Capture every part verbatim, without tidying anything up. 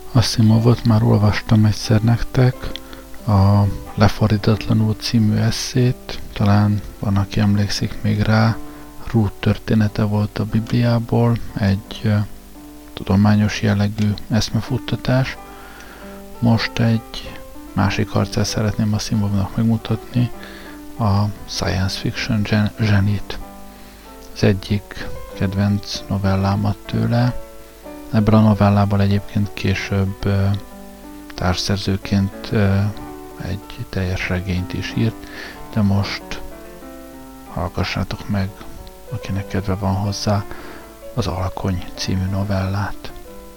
Asimovot már olvastam egyszer nektek, a Lefordítatlanul című esszét, talán van, aki emlékszik még rá, Ruth története volt a Bibliából, egy uh, tudományos jellegű eszmefuttatás. Most egy másik arcát szeretném Asimovnak megmutatni, a science fiction gen- zsenit. Az egyik kedvenc novellámat tőle. Ebből a novellában egyébként később uh, társszerzőként uh, egy teljes regényt is írt, de most hallgassátok meg, akinek kedve van hozzá, az Alkony című novellát.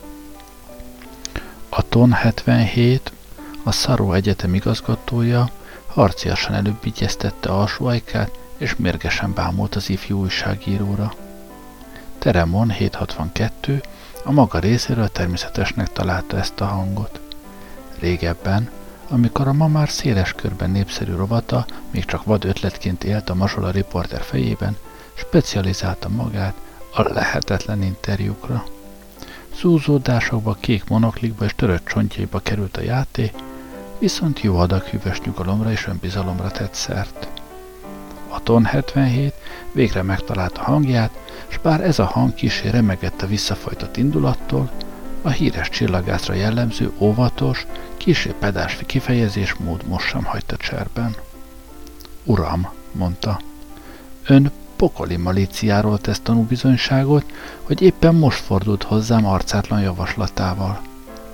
A Ton hetvenhét, a Szaró Egyetem igazgatója harciasan előbb vigyeztette alsó ajkát, és mérgesen bámult az ifjú újságíróra. Teremon hétszázhatvankettő a maga részéről természetesnek találta ezt a hangot. Régebben, amikor a ma már széles körben népszerű rovata még csak vad ötletként élt a Mazsola riporter fejében, specializálta magát a lehetetlen interjúkra. Zúzódásokba, kék monoklikba és törött csontjaiba került a játék, viszont jó adag hűvös nyugalomra és önbizalomra tett szert. A Ton hetvenhét végre megtalálta hangját, s bár ez a hang kissé remegett a visszafajtott indulattól, a híres csillagászra jellemző, óvatos, kissé pedás kifejezésmód most sem hagyta cserben. Uram, mondta, ön pokoli malíciáról tesz tanúbizonyságot, hogy éppen most fordult hozzám arcátlan javaslatával.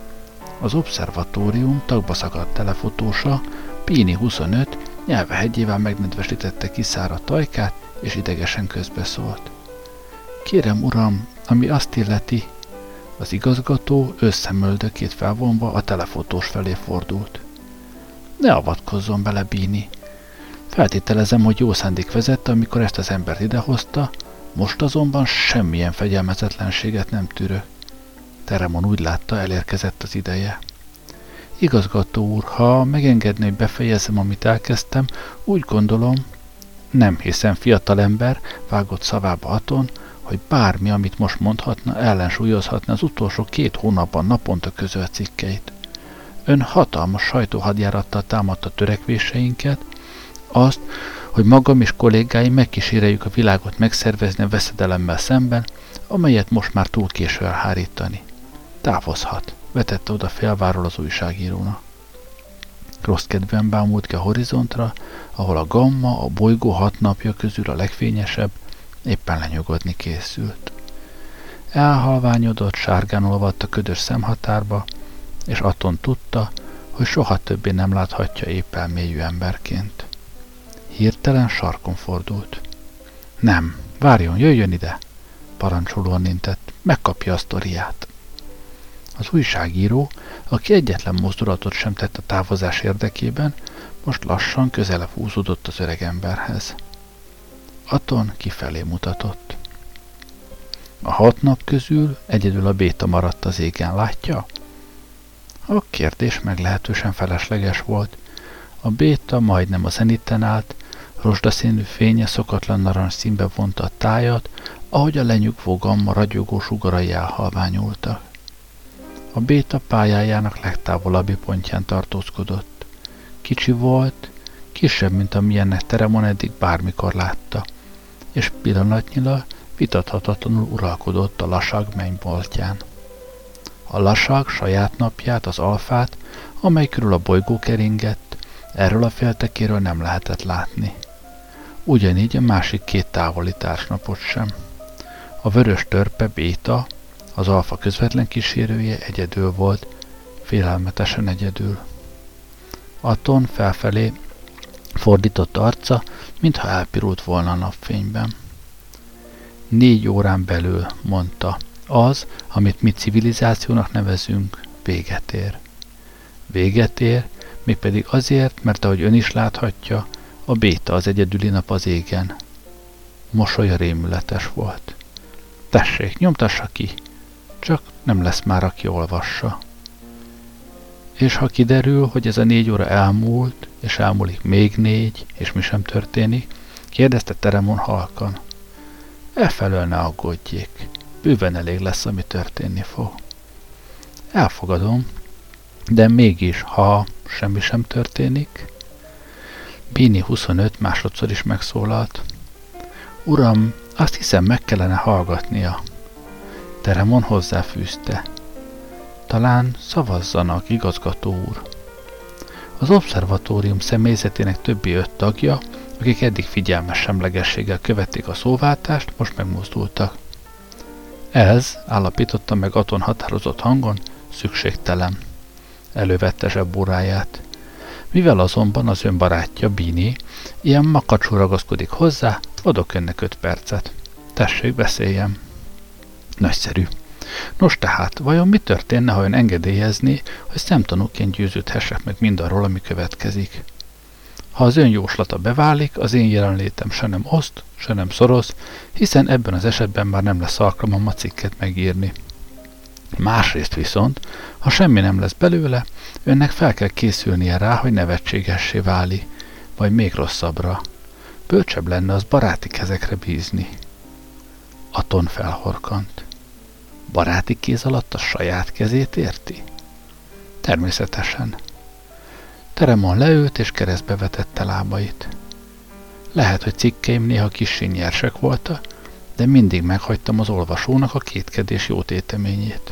Az obszervatórium tagba szakadt telefotósa, Pini huszonöt nyelve hegyével megnedvesítette kiszáradt ajkát, és idegesen közbeszólt. Kérem, uram, ami azt illeti, az igazgató összemöldökét felvonva a telefotós felé fordult. Ne avatkozzon bele, Bini. Feltételezem, hogy jó szándék vezette, amikor ezt az embert idehozta, most azonban semmilyen fegyelmezetlenséget nem tűrök. Teremon úgy látta, elérkezett az ideje. Igazgató úr, ha megengedné, hogy befejezzem, amit elkezdtem, úgy gondolom, nem hiszem, fiatalember, vágott szavába Aton, hogy bármi, amit most mondhatna, ellensúlyozhatna az utolsó két hónapban naponta közölt cikkeit. Ön hatalmas sajtóhadjárattal támadta törekvéseinket, azt, hogy magam és kollégáim megkíséreljük a világot megszervezni a veszedelemmel szemben, amelyet most már túl késő elhárítani. Távozhat, vetette oda félváról az újságírónak. Rossz kedven bámult ki a horizontra, ahol a gamma, a bolygó hat napja közül a legfényesebb, éppen lenyugodni készült. Elhalványodott, sárgán olvadt a ködös szemhatárba, és Aton tudta, hogy soha többé nem láthatja épp elmélyű emberként. Hirtelen sarkon fordult. Nem, várjon, jöjjön ide! Parancsolóan intett, megkapja a sztoriát. Az újságíró, aki egyetlen mozdulatot sem tett a távozás érdekében, most lassan közelebb húzódott az öreg emberhez. Aton kifelé mutatott. A hat nap közül egyedül a béta maradt az égen, látja? A kérdés meglehetősen felesleges volt. A béta majdnem a zeniten állt, rozsdaszínű fénye szokatlan narancs színbe vonta a tájat, ahogy a lenyugvó gamma ragyogó sugarai elhalványultak. A béta pályájának legtávolabbi pontján tartózkodott. Kicsi volt, kisebb, mint amilyennek Teremon eddig bármikor látta, és pillanatnyilag vitathatatlanul uralkodott a lasag mennyboltján. A lasag saját napját, az alfát, amely körül a bolygó keringett, erről a féltekéről nem lehetett látni. Ugyanígy a másik két távoli társnapot sem. A vörös törpe béta, az alfa közvetlen kísérője egyedül volt, félelmetesen egyedül. Aton felfelé fordított arca, mintha elpirult volna a napfényben. Négy órán belül, mondta, az, amit mi civilizációnak nevezünk, véget ér. Véget ér, mégpedig azért, mert ahogy ön is láthatja, a béta az egyedüli nap az égen. Mosolya rémületes volt. Tessék, nyomtassa ki, csak nem lesz már, aki olvassa. És ha kiderül, hogy ez a négy óra elmúlt, és elmúlik még négy, és mi sem történik, kérdezte Teremon halkan. Efelől ne aggódjék, bőven elég lesz, ami történni fog. Elfogadom, de mégis, ha semmi sem történik. Beanie huszonöt másodszor is megszólalt. Uram, azt hiszem, meg kellene hallgatnia. Teremon hozzáfűzte. Talán szavazzanak, igazgató úr. Az obszervatórium személyzetének többi öt tagja, akik eddig figyelmes semlegességgel követték a szóváltást, most megmozdultak. Ez, állapította meg Aton határozott hangon, szükségtelen. Elővette zsebbóráját. Mivel azonban az ön barátja, Beanie, ilyen makacsul ragaszkodik hozzá, adok önnek öt percet. Tessék, beszéljem. Nagyszerű. Nos tehát, vajon mi történne, ha ön engedélyezné, hogy szemtanúként győződhessek meg mindarról, ami következik? Ha az ön jóslata beválik, az én jelenlétem se nem oszt, se nem szoroz, hiszen ebben az esetben már nem lesz alkalmam a cikket megírni. Másrészt viszont, ha semmi nem lesz belőle, önnek fel kell készülnie rá, hogy nevetségessé váli, vagy még rosszabbra. Bölcsebb lenne az baráti kezekre bízni. Aton felhorkant. Baráti kéz alatt a saját kezét érti? Természetesen. Teremon leült és keresztbe vetette lábait. Lehet, hogy cikkeim néha kissé nyersek voltak, de mindig meghagytam az olvasónak a kétkedés jó téteményét.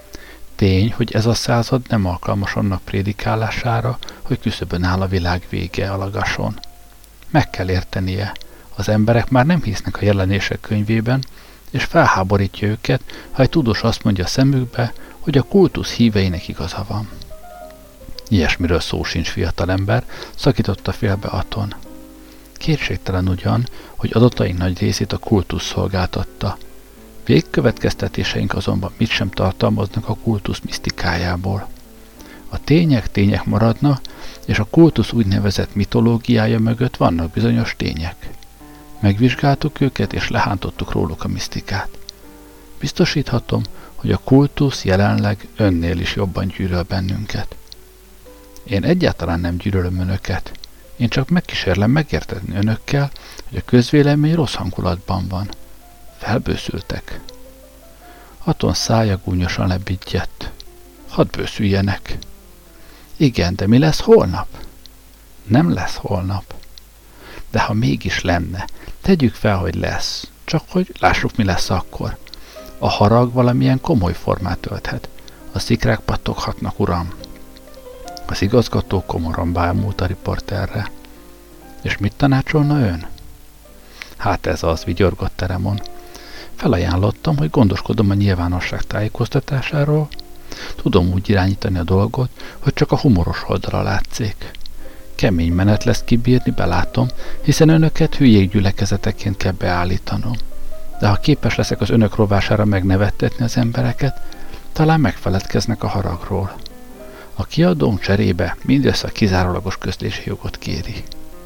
Tény, hogy ez a század nem alkalmas annak prédikálására, hogy küszöbön áll a világ vége alagason. Meg kell értenie, az emberek már nem hisznek a jelenések könyvében, és felháborítja őket, ha egy tudós azt mondja a szemükbe, hogy a kultusz híveinek igaza van. Ilyesmiről szó sincs, fiatalember, szakította félbe Aton. Kétségtelen ugyan, hogy adataink nagy részét a kultusz szolgáltatta. Végkövetkeztetéseink azonban mit sem tartalmaznak a kultusz misztikájából. A tények tények maradnak, és a kultusz úgynevezett mitológiája mögött vannak bizonyos tények. Megvizsgáltuk őket, és lehántottuk róluk a misztikát. Biztosíthatom, hogy a kultusz jelenleg önnél is jobban gyűlöl bennünket. Én egyáltalán nem gyűlölöm önöket. Én csak megkísérlem megértetni önökkel, hogy a közvélemény rossz hangulatban van. Felbőszültek. Aton szája gúnyosan lebigyedt. Hadd bőszüljenek. Igen, de mi lesz holnap? Nem lesz holnap. De ha mégis lenne, tegyük fel, hogy lesz. Csak hogy lássuk, mi lesz akkor. A harag valamilyen komoly formát ölthet. A szikrák pattoghatnak, uram. Az igazgató komoran bámult a riporterre. És mit tanácsolna ön? Hát ez az, vigyorgott Teremon. Felajánlottam, hogy gondoskodom a nyilvánosság tájékoztatásáról. Tudom úgy irányítani a dolgot, hogy csak a humoros oldala látszik. Kemény menet lesz kibírni, belátom, hiszen önöket hülyék gyülekezeteként kell beállítanom. De ha képes leszek az önök rovására megnevettetni az embereket, talán megfeledkeznek a haragról. A kiadónk cserébe mindössze a kizárólagos közlési jogot kéri.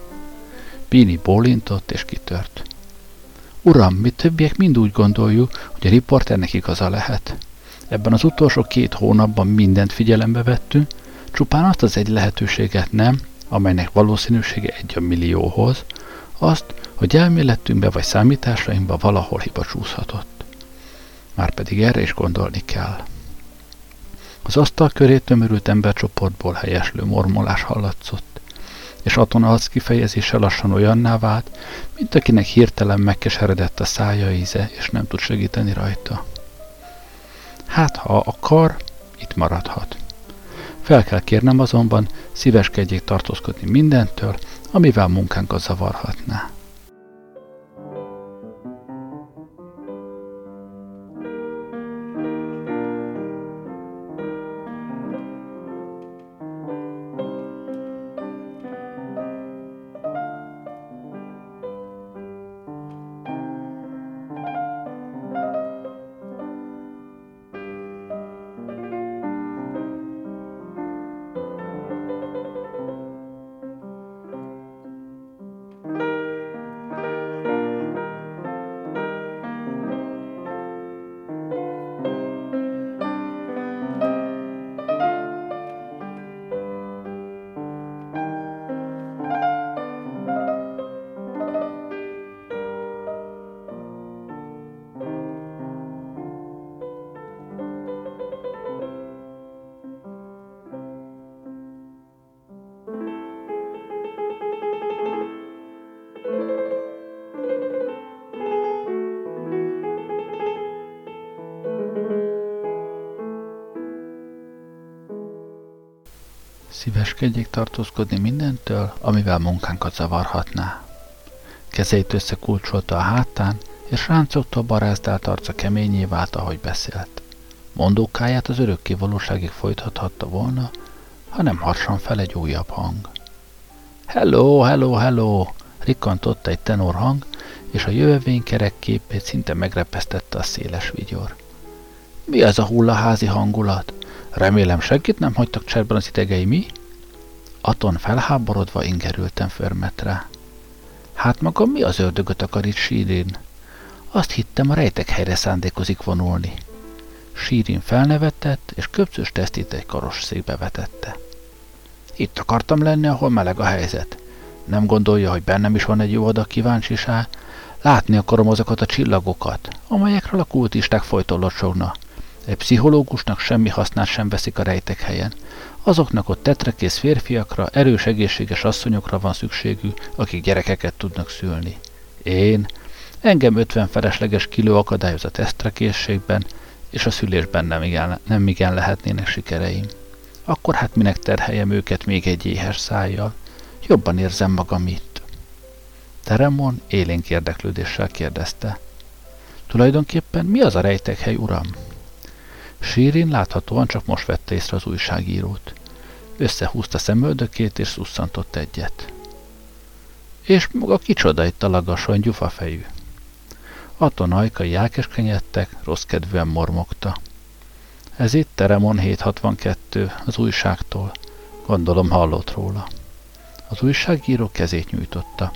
Beanie bólintott és kitört. Uram, mi többiek mind úgy gondoljuk, hogy a riporternek igaza lehet. Ebben az utolsó két hónapban mindent figyelembe vettünk, csupán azt az egy lehetőséget nem, amelynek valószínűsége egy a millióhoz, azt, hogy elméletünkbe vagy számításainkba valahol hiba csúszhatott. Márpedig erre is gondolni kell. Az asztal köré tömörült embercsoportból helyeslő mormolás hallatszott, és Aton arc kifejezése lassan olyanná vált, mint akinek hirtelen megkeseredett a szája íze, és nem tud segíteni rajta. Hát, ha akar, itt maradhat. Fel kell kérnem azonban, szíveskedjék tartózkodni mindentől, amivel munkánkat zavarhatná. Szíveskedjék tartózkodni mindentől, amivel munkánkat zavarhatná. Kezeit összekulcsolta a hátán, és ráncoktól barázdált arca keményé vált, ahogy beszélt. Mondókáját az örökké valóságig folytathatta volna, ha nem harsan fel egy újabb hang. Hello, hello, hello! Rikkantott egy tenor hang, és a jövevény kerek képét szinte megrepesztette a széles vigyor. Mi ez a hullaházi hangulat? Remélem senkit nem hagytak cserben az idegei, mi? Aton felháborodva ingerülten förmet rá. Hát maga mi az ördögöt akar itt Sírin? Azt hittem, a rejtek helyre szándékozik vonulni. Sírin felnevetett, és köpcös tesztét egy karosszékbe vetette. Itt akartam lenni, ahol meleg a helyzet. Nem gondolja, hogy bennem is van egy jó adag kíváncsiság? Látni akarom azokat a csillagokat, amelyekről a kultisták folyton locsogna. Egy pszichológusnak semmi hasznát sem veszik a rejtek helyen. Azoknak ott tetrekész férfiakra, erős, egészséges asszonyokra van szükségű, akik gyerekeket tudnak szülni. Én, engem ötven felesleges kiló akadályoz a tesztrekészségben, és a szülésben nem igen, nem igen lehetnének sikereim. Akkor hát minek terheljem őket még egy éhes szájjal? Jobban érzem magam itt. Teremon élénk érdeklődéssel kérdezte. Tulajdonképpen mi az a rejtekhely, uram? Sírin láthatóan csak most vette észre az újságírót. Összehúzta szemöldökét és szusszantott egyet. És maga kicsoda itt a lagason, gyufafejű? Aton ajkai elkeskenyedtek, rossz kedvűen mormogta. Ez itt Teremon hétszázhatvankettő, az újságtól. Gondolom hallott róla. Az újságíró kezét nyújtotta.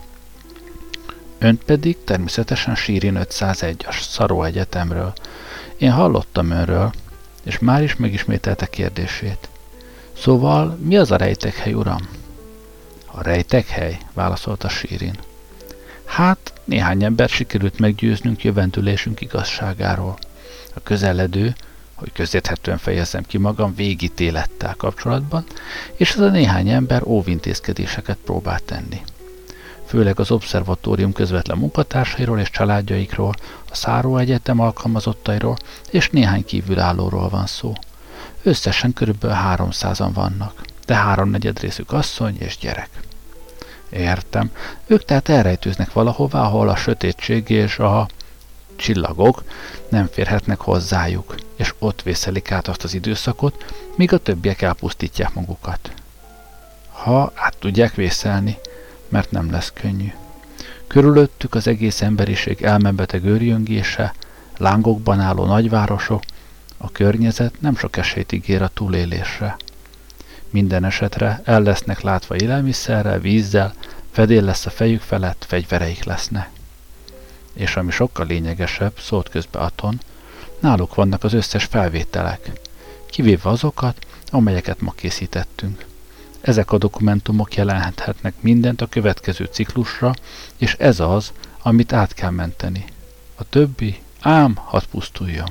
Önt pedig természetesen Sírin ötszázegy, a Szaró Egyetemről. Én hallottam önről, és már is megismételte kérdését. Szóval mi az a rejtekhely, uram? A rejtekhely, válaszolta Sírin. Hát, néhány embert sikerült meggyőznünk jövendülésünk igazságáról. A közeledő, hogy közérthetően fejezzem ki magam, végítélettel kapcsolatban, és az a néhány ember óvintézkedéseket próbált tenni. Főleg az obszervatórium közvetlen munkatársairól és családjaikról, a Száró Egyetem alkalmazottairól és néhány kívülállóról van szó. Összesen körülbelül háromszázan vannak, de háromnegyed részük asszony és gyerek. Értem, ők tehát elrejtőznek valahová, ahol a sötétség és a csillagok nem férhetnek hozzájuk, és ott vészelik át azt az időszakot, míg a többiek elpusztítják magukat. Ha át tudják vészelni, mert nem lesz könnyű. Körülöttük az egész emberiség elmebeteg őrjöngése, lángokban álló nagyvárosok, a környezet nem sok esélyt ígér a túlélésre. Minden esetre el lesznek látva élelmiszerrel, vízzel, fedél lesz a fejük felett, fegyvereik lesznek. És ami sokkal lényegesebb, szólt közbe Aton, náluk vannak az összes felvételek, kivéve azokat, amelyeket ma készítettünk. Ezek a dokumentumok jelenthetnek mindent a következő ciklusra, és ez az, amit át kell menteni. A többi, ám, hadd pusztuljon.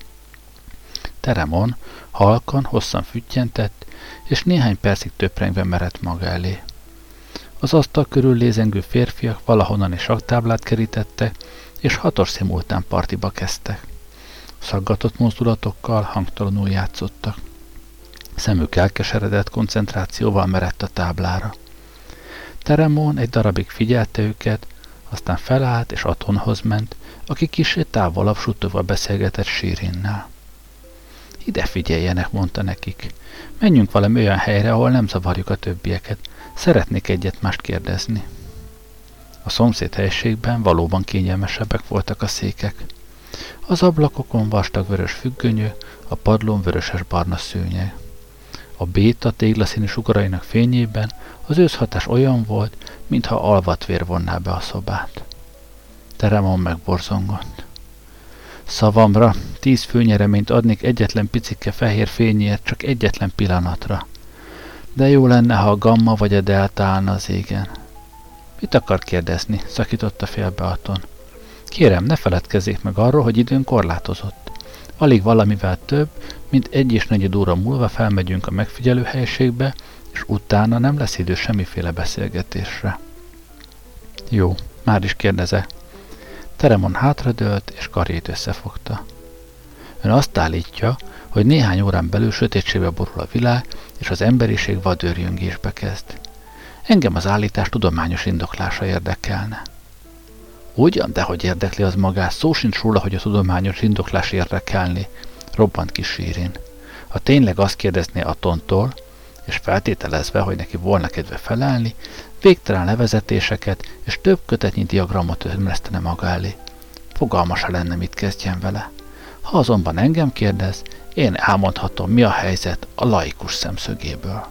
Teremon halkan, hosszan füttyentett, és néhány percig töprengve merett maga elé. Az asztal körül lézengő férfiak valahonnan is saktáblát kerítettek, és hatos szimultán partiba kezdtek. Szaggatott mozdulatokkal hangtalanul játszottak. Szemük elkeseredett koncentrációval merett a táblára. Teremon egy darabig figyelte őket, aztán felállt és Atonhoz ment, aki kissé távolabb suttogva beszélgetett Sírinnel. Ide figyeljenek, mondta nekik. Menjünk valami olyan helyre, ahol nem zavarjuk a többieket. Szeretnék egyet-mást kérdezni. A szomszéd helységben valóban kényelmesebbek voltak a székek. Az ablakokon vastag vörös függönyő, a padlón vöröses-barna szőnyeg. A béta téglaszínű sugarainak fényében az őszhatás olyan volt, mintha alvatvér vonná be a szobát. Teremon megborzongott. Szavamra, tíz főnyereményt adnék egyetlen picike fehér fényért, csak egyetlen pillanatra. De jó lenne, ha a gamma vagy a delta állna az égen. Mit akar kérdezni? Szakította félbe Aton. Kérem, ne feledkezzék meg arról, hogy időn korlátozott. Alig valamivel több, mint egy és negyed óra múlva felmegyünk a megfigyelő helyiségbe, és utána nem lesz idő semmiféle beszélgetésre. Jó, már is kérdezek. Teremon hátradőlt, és karjait összefogta. Ön azt állítja, hogy néhány órán belül sötétségbe borul a világ, és az emberiség vadőrjöngésbe kezd. Engem az állítás tudományos indoklása érdekelne. Ugyan, de hogy érdekli az magát, szó sincs róla, hogy a tudományos indoklás érdekelni, robbant ki Sirin. Ha tényleg azt kérdezné Atontól, és feltételezve, hogy neki volna kedve felállni, végtelen levezetéseket és több kötetnyi diagramot ömlesztene maga elé. Fogalma se lenne, mit kezdjen vele. Ha azonban engem kérdez, én elmondhatom, mi a helyzet a laikus szemszögéből.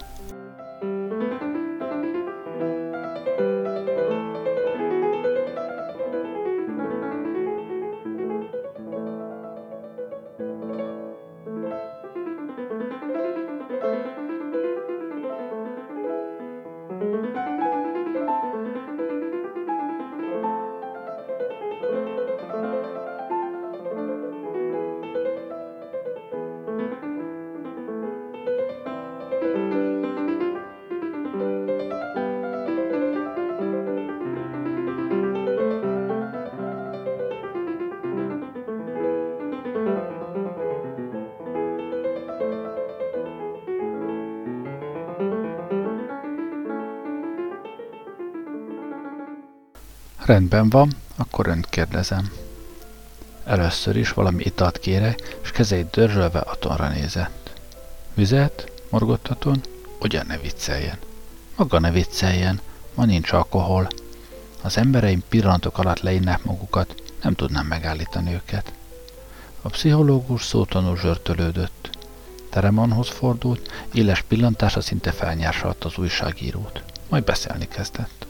Rendben van, akkor önt kérdezem. Először is valami italt kérek, és kezeit dörzsölve Atonra nézett. Vizet? Morgott Aton. Ugyan ne vicceljen. Maga ne vicceljen, ma nincs alkohol. Az embereim pillanatok alatt leinnák magukat, nem tudnám megállítani őket. A pszichológus szótanul zsörtölődött. Teremonhoz fordult, éles pillantása szinte felnyársalta az újságírót. Majd beszélni kezdett.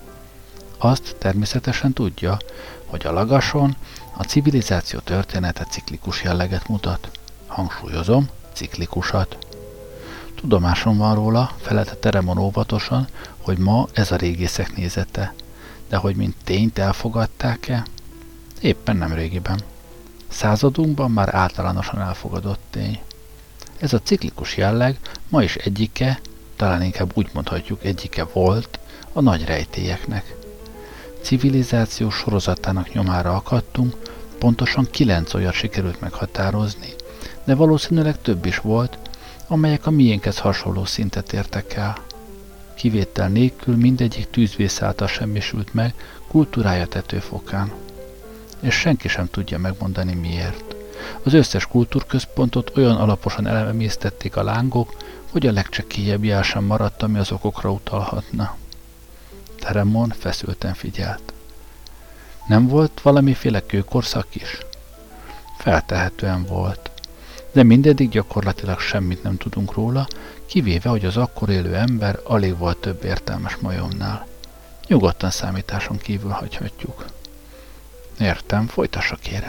Azt természetesen tudja, hogy a Lagason a civilizáció története ciklikus jelleget mutat. Hangsúlyozom, ciklikusat. Tudomásom van róla, felelte Teremon óvatosan, hogy ma ez a régészek nézete, de hogy mint tényt elfogadták-e? Éppen nem régiben. Századunkban már általánosan elfogadott tény. Ez a ciklikus jelleg ma is egyike, talán inkább úgy mondhatjuk egyike volt a nagy rejtélyeknek. Civilizáció sorozatának nyomára akadtunk, pontosan kilenc olyat sikerült meghatározni, de valószínűleg több is volt, amelyek a miénkhez hasonló szintet értek el. Kivétel nélkül mindegyik tűzvész által semmisült meg kultúrája tetőfokán. És senki sem tudja megmondani miért. Az összes kultúrközpontot olyan alaposan elemésztették a lángok, hogy a legcsekélyebb jel sem maradt, ami az okokra utalhatna. Teremon feszülten figyelt. Nem volt valamiféle kőkorszak is? Feltehetően volt, de mindeddig gyakorlatilag semmit nem tudunk róla, kivéve, hogy az akkor élő ember alig volt több értelmes majomnál. Nyugodtan számításon kívül hagyhatjuk. Értem, folytassa kérem.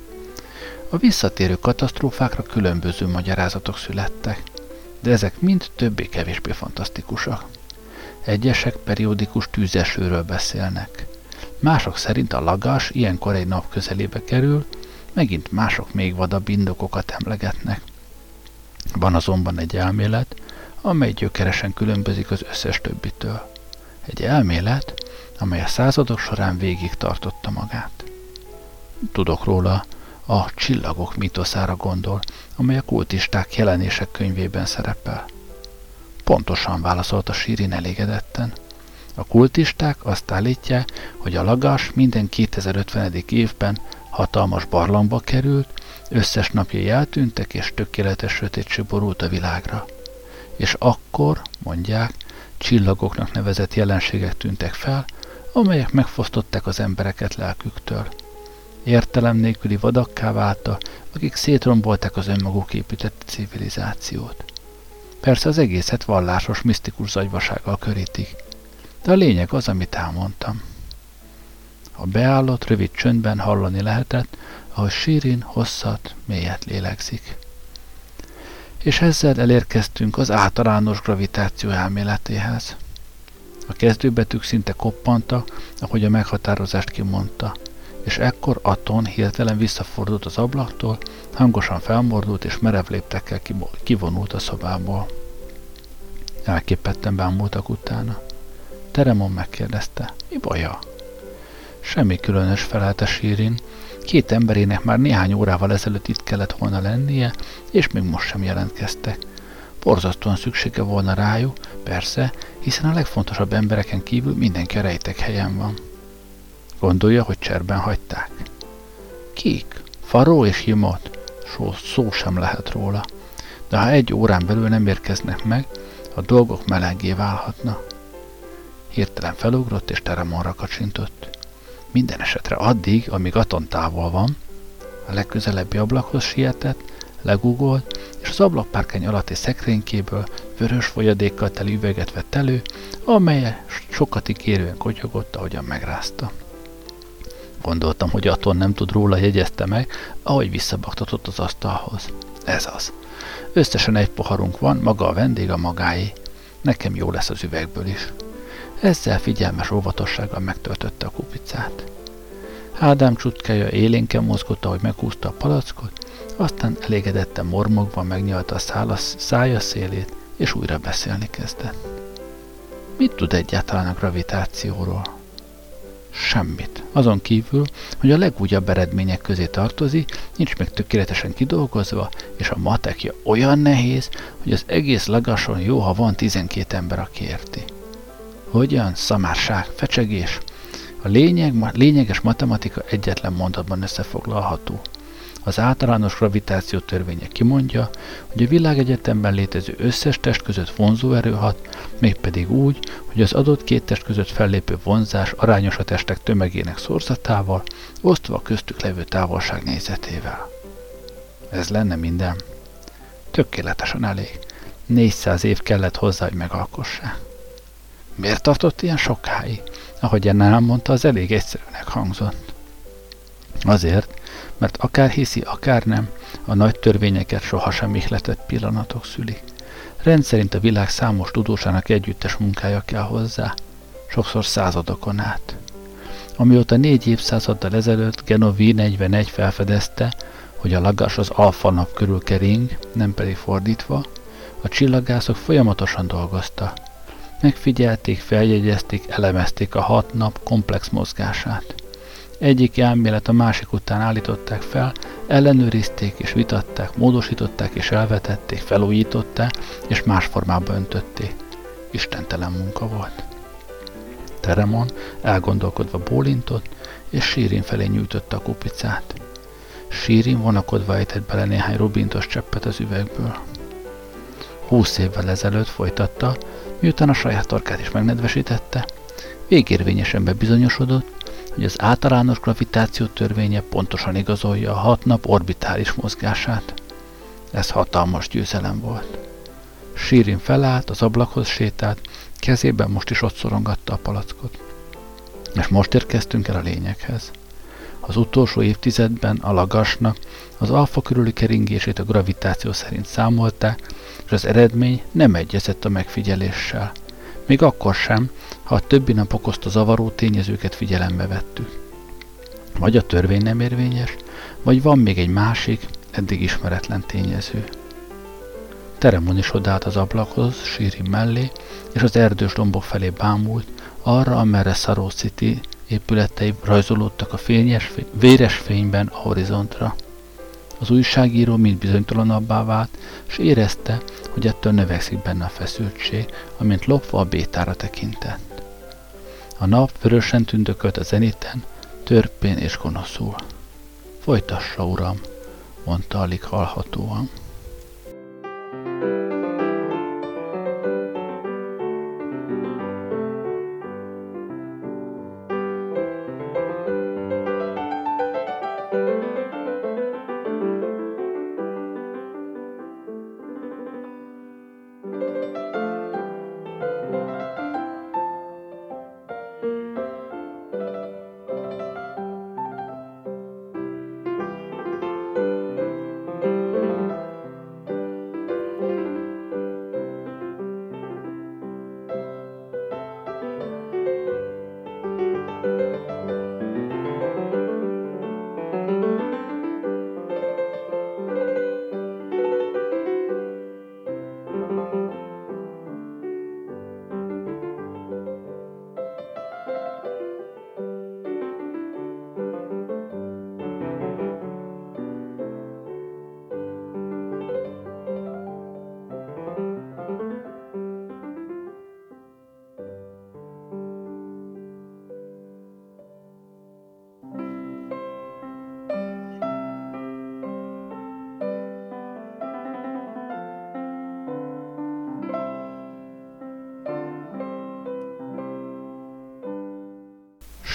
A visszatérő katasztrófákra különböző magyarázatok születtek, de ezek mind többé-kevésbé fantasztikusak. Egyesek periódikus tűzesőről beszélnek. Mások szerint a Lagash ilyenkor egy nap közelébe kerül, megint mások még vadabb indokokat emlegetnek. Van azonban egy elmélet, amely gyökeresen különbözik az összes többitől. Egy elmélet, amely a századok során végig tartotta magát. Tudok róla, a csillagok mítoszára gondol, amely a kultisták jelenések könyvében szerepel. Pontosan válaszolta Sirin elégedetten. A kultisták azt állítják, hogy a Lagash minden kétezer-ötvenedik évben hatalmas barlangba került, összes napjai eltűntek, és tökéletes sötétség borult a világra. És akkor, mondják, csillagoknak nevezett jelenségek tűntek fel, amelyek megfosztották az embereket lelküktől. Értelem nélküli vadakká válta, akik szétrombolták az önmaguk épített civilizációt. Persze az egészet vallásos, misztikus zagyvasággal körítik, de a lényeg az, amit elmondtam. A beállott, rövid csöndben hallani lehetett, ahogy Sirin hosszat, mélyet lélegzik. És ezzel elérkeztünk az általános gravitáció elméletéhez. A kezdőbetűk szinte koppantak, ahogy a meghatározást kimondta, és ekkor Aton hirtelen visszafordult az ablaktól, hangosan felmordult és merev léptekkel kivonult a szobából. Elképetten bámultak utána. Teremon megkérdezte, mi baja? Semmi különös, felelte Sírin. Két emberének már néhány órával ezelőtt itt kellett volna lennie, és még most sem jelentkeztek. Borzasztóan szüksége volna rájuk, persze, hiszen a legfontosabb embereken kívül mindenki a rejtek helyen van. Gondolja, hogy cserben hagyták? Kik? Faró és Jimot? Szó, szó sem lehet róla. De ha egy órán belül nem érkeznek meg, a dolgok meleggé válhatna. Hirtelen felugrott és Teremonra kacsintott. Minden esetre addig, amíg Aton távol van, a legközelebbi ablakhoz sietett, legugolt, és az ablakpárkány alatti szekrénykéből vörös folyadékkal teli üveget vett elő, amely sokat ígérően kotyogott, ahogyan megrázta. Gondoltam, hogy Aton nem tud róla, jegyezte meg, ahogy visszabaktatott az asztalhoz. Ez az. Összesen egy poharunk van, maga a vendég a magáé. Nekem jó lesz az üvegből is. Ezzel figyelmes óvatossággal megtöltötte a kupicát. Ádám csutkája élénken mozgott, ahogy meghúzta a palackot, aztán elégedetten mormogva megnyalta a szála, szája szélét, és újra beszélni kezdett. Mit tud egyáltalán a gravitációról? Semmit. Azon kívül, hogy a legújabb eredmények közé tartozik, nincs még tökéletesen kidolgozva, és a matekja olyan nehéz, hogy az egész Lagason jó, ha van tizenkét ember, aki érti. Hogyan? Szamárság, fecsegés. A lényeg, lényeges matematika egyetlen mondatban összefoglalható. Az általános gravitáció törvénye kimondja, hogy a világegyetemben létező összes test között vonzóerő hat, mégpedig úgy, hogy az adott két test között fellépő vonzás arányos a testek tömegének szorzatával, osztva a köztük levő távolság négyzetével. Ez lenne minden. Tökéletesen elég. négyszáz év kellett hozzá, hogy megalkossák. Miért tartott ilyen sokáig? Ahogy Anna elmondta, az elég egyszerűnek hangzott. Azért, mert akár hiszi, akár nem, a nagy törvényeket sohasem ihletett pillanatok szülik. Rendszerint a világ számos tudósának együttes munkája kell hozzá, sokszor századokon át. Amióta négy évszázaddal ezelőtt Genovi negyvenegy felfedezte, hogy a Lagash az alfa nap körül kering, nem pedig fordítva, a csillagászok folyamatosan dolgoztak. Megfigyelték, feljegyezték, elemezték a hat nap komplex mozgását. Egyik elmélet a másik után állították fel, ellenőrizték és vitatták, módosították és elvetették, felújították és más formába öntötték. Istentelen munka volt. Teremon elgondolkodva bólintott, és Sírin felé nyújtotta a kupicát. Sírin vonakodva ejtett bele néhány rubintos cseppet az üvegből. Húsz évvel ezelőtt, folytatta, miután a saját torkát is megnedvesítette, végérvényesen bebizonyosodott, hogy az általános gravitáció törvénye pontosan igazolja a hat nap orbitális mozgását. Ez hatalmas győzelem volt. Sírin felállt, az ablakhoz sétált, kezében most is ott szorongatta a palackot. És most érkeztünk el a lényeghez. Az utolsó évtizedben a Lagashnak az alfa körüli keringését a gravitáció szerint számolták, és az eredmény nem egyezett a megfigyeléssel. Még akkor sem, ha a többi nap okozta zavaró tényezőket figyelembe vettük. Vagy a törvény nem érvényes, vagy van még egy másik, eddig ismeretlen tényező. Teremon is odállt az ablakhoz, Sírin mellé, és az erdős dombok felé bámult, arra, amerre Szaró City épületei rajzolódtak a fényes, véres fényben a horizontra. Az újságíró mind bizonytalanabbá vált, és érezte, hogy ettől növekszik benne a feszültség, amint lopva a bétára tekintett. A nap vörösen tündökölt a zeniten, törpén és gonoszul. Folytassa, uram, mondta alig hallhatóan.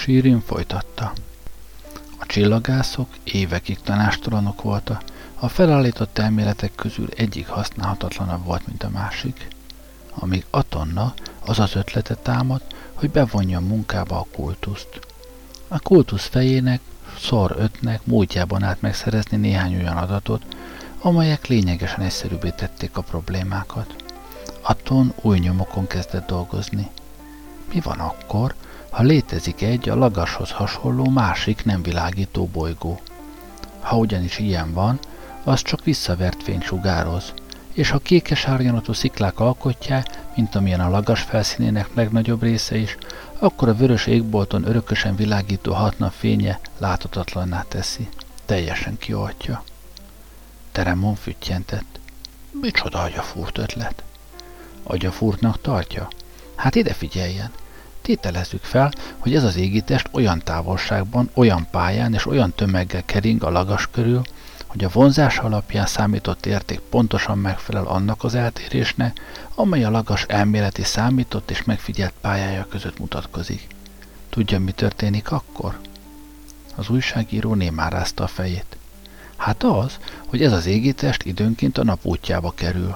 Shirin folytatta. A csillagászok évekig tanástalanok voltak, a felállított elméletek közül egyik használhatatlanabb volt, mint a másik. Amíg Atonna az az ötlete támad, hogy bevonja a munkába a kultuszt. A kultusz fejének, szor ötnek múltjában át megszerezni néhány olyan adatot, amelyek lényegesen egyszerűbbé tették a problémákat. Atton új nyomokon kezdett dolgozni. Mi van akkor, ha létezik egy a Lagashoz hasonló másik nem világító bolygó? Ha ugyanis ilyen van, az csak visszavert fényt sugároz, és ha kékes árnyalatú sziklák alkotják, mint amilyen a Lagas felszínének legnagyobb része is, akkor a vörös égbolton örökösen világító hatnap fénye láthatatlanná teszi, teljesen kioltja. Teremon füttyentett. Micsoda agyafúrt ötlet? Agyafúrtnak tartja? Hát ide figyeljen! Tételezzük fel, hogy ez az égitest olyan távolságban, olyan pályán és olyan tömeggel kering a Lagas körül, hogy a vonzás alapján számított érték pontosan megfelel annak az eltérésnek, amely a Lagas elméleti számított és megfigyelt pályája között mutatkozik. Tudja, mi történik akkor? Az újságíró némán rázta a fejét. Hát az, hogy ez az égitest időnként a nap útjába kerül.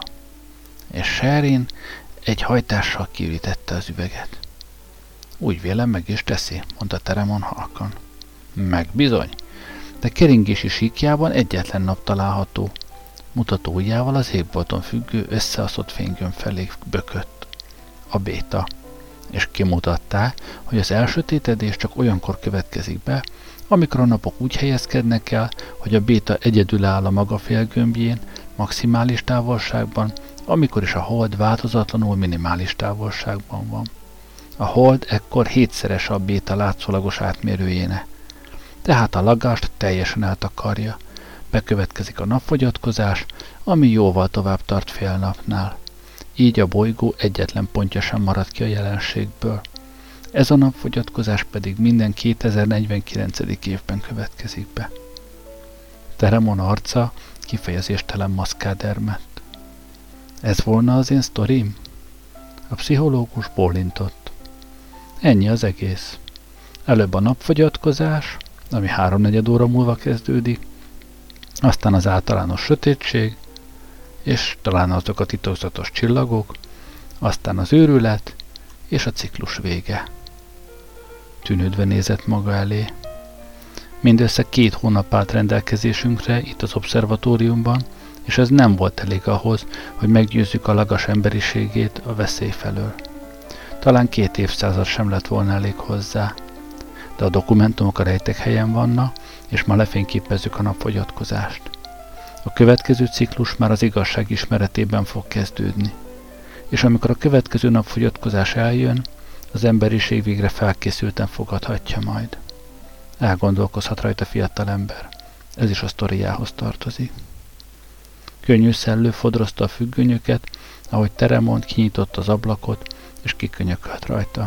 És Shirin egy hajtással kiürítette az üveget. Úgy vélem, meg is teszi, mondta Teremon halkan. Meg bizony, de keringési síkjában egyetlen nap található. Mutató ujjával az égbolton függő, összeaszott fénygömb felé bökött. A béta. És kimutatták, hogy az elsötétedés csak olyankor következik be, amikor a napok úgy helyezkednek el, hogy a béta egyedül áll a maga félgömbjén, maximális távolságban, amikor is a hold változatlanul minimális távolságban van. A hold ekkor hétszeres a béta látszólagos átmérőjének. Tehát a Lagast teljesen eltakarja. Bekövetkezik a napfogyatkozás, ami jóval tovább tart fél napnál. Így a bolygó egyetlen pontja sem marad ki a jelenségből. Ez a napfogyatkozás pedig minden kétezer-negyvenkilencedik évben következik be. Teremon arca kifejezéstelen maszkádermett. Ez volna az én sztorim? A pszichológus bólintott. Ennyi az egész. Előbb a napfogyatkozás, ami háromnegyed óra múlva kezdődik, aztán az általános sötétség, és talán azok a titokzatos csillagok, aztán az őrület, és a ciklus vége. Tűnődve nézett maga elé. Mindössze két hónap állt rendelkezésünkre itt az obszervatóriumban, és ez nem volt elég ahhoz, hogy meggyőzzük a Lagas emberiségét a veszély felől. Talán két évszázad sem lett volna elég hozzá, de a dokumentumok a rejtek helyen vannak, és ma lefényképezzük a napfogyatkozást. A következő ciklus már az igazság ismeretében fog kezdődni, és amikor a következő napfogyatkozás eljön, az emberiség végre felkészülten fogadhatja majd. Elgondolkozhat rajta fiatalember, ez is a sztoriához tartozik. Könnyű szellő fodrozta a függönyöket, ahogy Teremon kinyitotta az ablakot, és kikönyökölt rajta.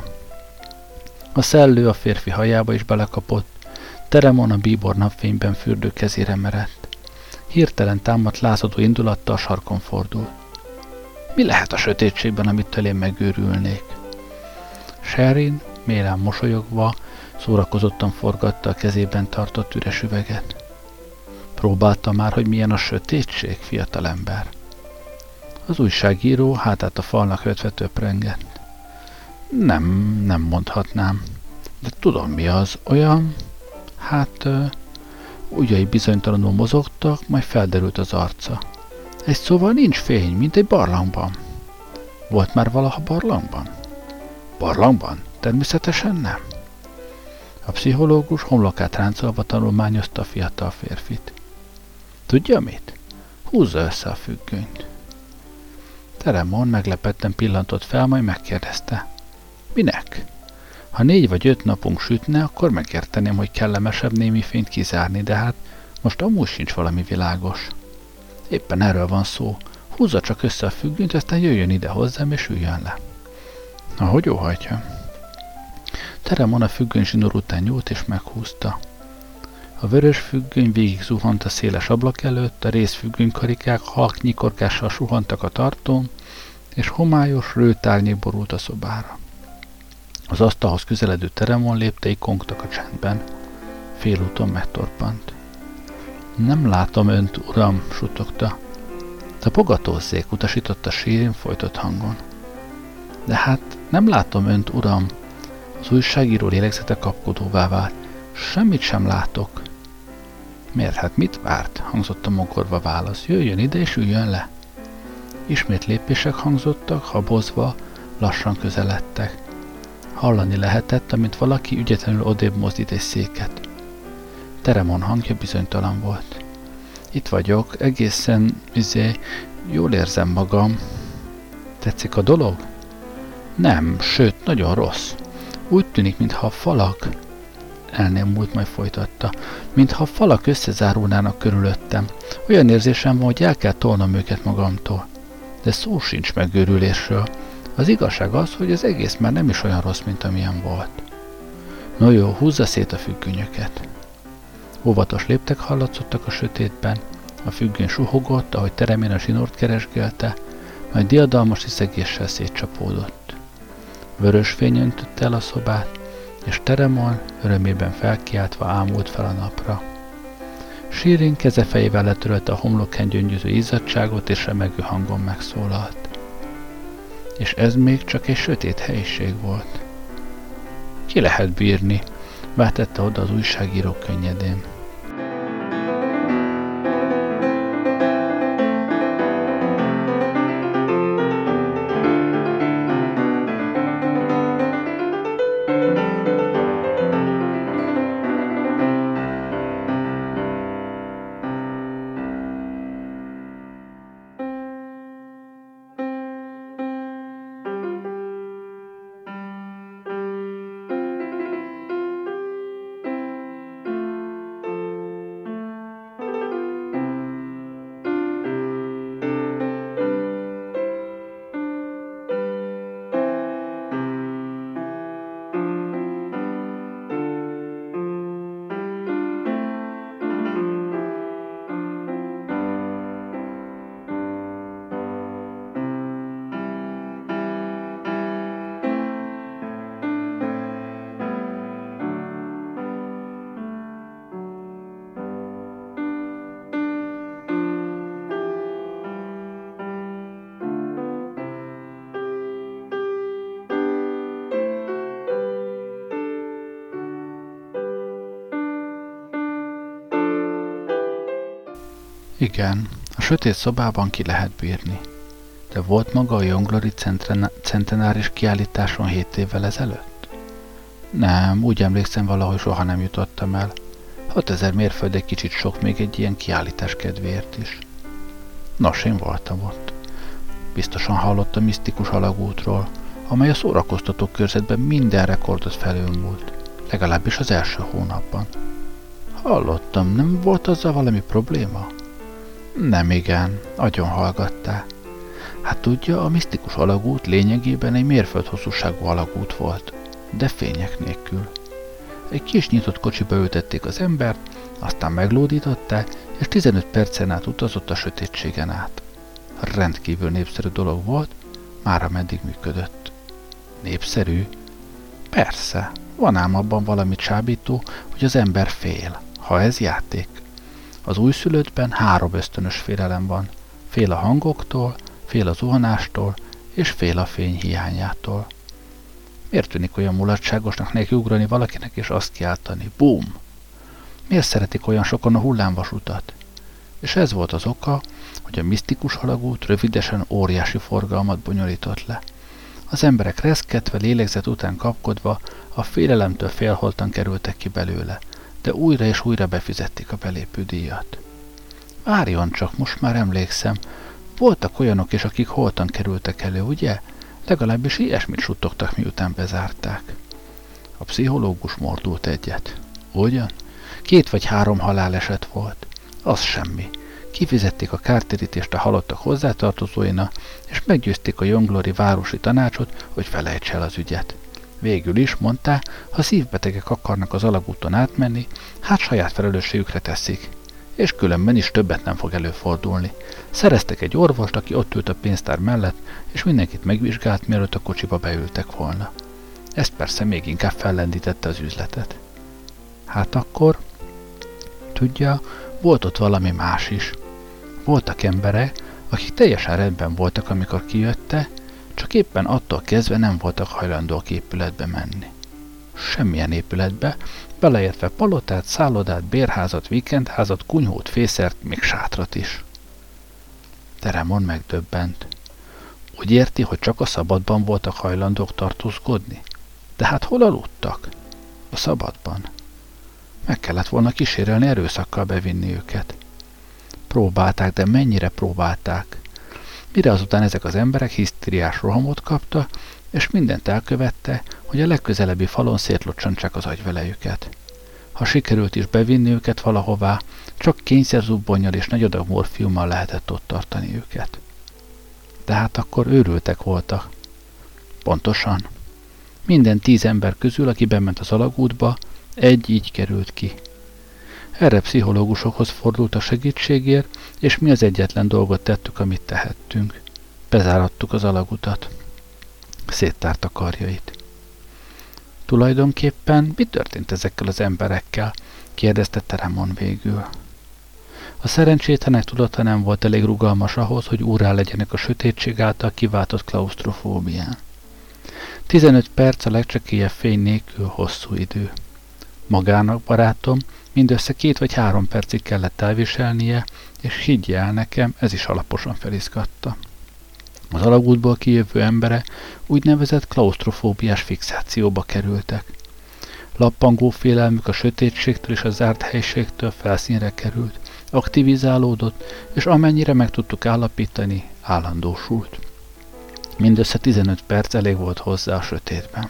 A szellő a férfi hajába is belekapott, Teremon a bíbor napfényben fürdő kezére merett. Hirtelen támadt lázadó indulattal a sarkon fordult. Mi lehet a sötétségben, amitől én megőrülnék? Shirin, mélyen mosolyogva, szórakozottan forgatta a kezében tartott üres üveget. Próbálta már, hogy milyen a sötétség, fiatalember? Az újságíró hátát a falnak vetve töprengett. Nem, nem mondhatnám. De tudom, mi az. Olyan, hát, uh, ujjai bizonytalanul mozogtak, majd felderült az arca. Egy szóval nincs fény, mint egy barlangban. Volt már valaha barlangban? Barlangban? Természetesen nem. A pszichológus homlokát ráncolva tanulmányozta a fiatal férfit. Tudja mit? Húzza össze a függönyt. Teremon meglepetten pillantott fel, majd megkérdezte. Minek? Ha négy vagy öt napunk sütne, akkor megérteném, hogy kellemesebb némi fényt kizárni, de hát most amúgy sincs valami világos. Éppen erről van szó. Húzza csak össze a függönyt, aztán jöjjön ide hozzám, és üljön le. Ahogy óhajtja. Teremon a függöny zsinór után nyúlt, és meghúzta. A vörös függöny végig zuhant a széles ablak előtt, a részfüggönykarikák halk nyikorgással suhantak a tartón, és homályos rőtárnyék borult a szobára. Az asztalhoz közeledő Teremon léptei kongtak a csendben. Félúton megtorpant. Nem látom önt, uram, suttogta. Tapogatózzék, utasította Sírin folytott hangon. De hát nem látom önt, uram. Az újságíró lélegzete kapkodóvá vált. Semmit sem látok. Miért, hát mit várt? Hangzott a mogorva válasz. Jöjjön ide és üljön le. Ismét lépések hangzottak, habozva, lassan közeledtek. Hallani lehetett, amint valaki ügyetlenül odébb mozdít egy széket. Teremon hangja bizonytalan volt. Itt vagyok, egészen, izé, jól érzem magam. Tetszik a dolog? Nem, sőt, nagyon rossz. Úgy tűnik, mintha a falak... Elnémult, majd folytatta. Mintha a falak összezárulnának körülöttem. Olyan érzésem van, hogy el kell tolnom őket magamtól. De szó sincs megőrülésről. Az igazság az, hogy az egész már nem is olyan rossz, mint amilyen volt. No jó, húzza szét a függönyöket. Óvatos léptek hallatszottak a sötétben. A függöny suhogott, ahogy Teremén a zsinort keresgélte, majd diadalmas sziszegéssel szétcsapódott. Vörös fény öntötte el a szobát, és Teremon örömében felkiáltva ámult fel a napra. Sírin kezefejével letörölte a homlokán gyöngyöző izzadságot, és remegő hangon megszólalt. És ez még csak egy sötét helyiség volt. Ki lehet bírni? Váltette oda az újságíró könnyedén. Igen, a sötét szobában ki lehet bírni. De volt maga a Jonglori centenáris kiállításon hét évvel ezelőtt? Nem, úgy emlékszem, valahogy soha nem jutottam el. Hatezer mérföld egy kicsit sok még egy ilyen kiállítás kedvéért is. Nos, én voltam ott. Biztosan hallott a misztikus alagútról, amely a szórakoztató körzetben minden rekordot felülmúlt, legalábbis az első hónapban. Hallottam, nem volt azzal valami probléma? Nem igen, agyon hallgattál. Hát tudja, a misztikus alagút lényegében egy mérföld hosszúságú alagút volt, de fények nélkül. Egy kis nyitott kocsiba ültették az embert, aztán meglódították, és tizenöt percen át utazott a sötétségen át. Rendkívül népszerű dolog volt, már ameddig működött. Népszerű? Persze, van ám abban valami csábító, hogy az ember fél, ha ez játék. Az újszülöttben három ösztönös félelem van. Fél a hangoktól, fél a zuhanástól, és fél a fény hiányától. Miért tűnik olyan mulatságosnak nekiugrani valakinek és azt kiáltani? Bum! Miért szeretik olyan sokan a hullámvasutat? És ez volt az oka, hogy a misztikus alagút rövidesen óriási forgalmat bonyolított le. Az emberek reszketve, lélegzet után kapkodva, a félelemtől félholtan kerültek ki belőle, de újra és újra befizették a belépődíjat. Várjon csak, most már emlékszem, voltak olyanok is, akik holtan kerültek elő, ugye? Legalábbis ilyesmit suttogtak, miután bezárták. A pszichológus mordult egyet. Ugyan? Két vagy három haláleset volt. Az semmi. Kifizették a kártérítést a halottak hozzátartozóina, és meggyőzték a Jonglori városi tanácsot, hogy felejts el az ügyet. Végül is, mondta, ha szívbetegek akarnak az alagúton átmenni, hát saját felelősségükre teszik. És különben is többet nem fog előfordulni. Szereztek egy orvost, aki ott ült a pénztár mellett, és mindenkit megvizsgált, mielőtt a kocsiba beültek volna. Ez persze még inkább fellendítette az üzletet. Hát akkor, tudja, volt ott valami más is. Voltak emberek, akik teljesen rendben voltak, amikor kijötte, csak éppen attól kezdve nem voltak hajlandóak épületbe menni. Semmilyen épületbe, beleértve palotát, szállodát, bérházat, vikendházat, kunyhót, fészert, még sátrat is. Teremon megdöbbent. Úgy érti, hogy csak a szabadban voltak hajlandók tartózkodni? De hát hol aludtak? A szabadban. Meg kellett volna kísérelni erőszakkal bevinni őket. Próbálták, de mennyire próbálták. Mire azután ezek az emberek hisztériás rohamot kaptak, és mindent elkövette, hogy a legközelebbi falon szétlocsantsák az agyvelejüket. Ha sikerült is bevinni őket valahová, csak kényszerzubbonnyal és nagy adag morfiummal lehetett ott tartani őket. De hát akkor őrültek voltak. Pontosan. Minden tíz ember közül, aki bement az alagútba, egy így került ki. Erre pszichológusokhoz fordult a segítségért, és mi az egyetlen dolgot tettük, amit tehettünk. Bezárattuk az alagutat. Széttárta karjait. Tulajdonképpen mi történt ezekkel az emberekkel? Kérdezte Teremon végül. A szerencsétlenek tudata nem volt elég rugalmas ahhoz, hogy úrrá legyenek a sötétség által kiváltott klausztrofóbián. Tizenöt perc a legcsekélyebb fény nélkül hosszú idő. Magának, barátom, mindössze két vagy három percig kellett elviselnie, és higgye el nekem, ez is alaposan felizgatta. Az alagútból kijövő embere úgynevezett klausztrofóbiás fixációba kerültek. Lappangó félelmük a sötétségtől és a zárt helyiségtől felszínre került, aktivizálódott, és amennyire meg tudtuk állapítani, állandósult. Mindössze tizenöt perc elég volt hozzá a sötétben.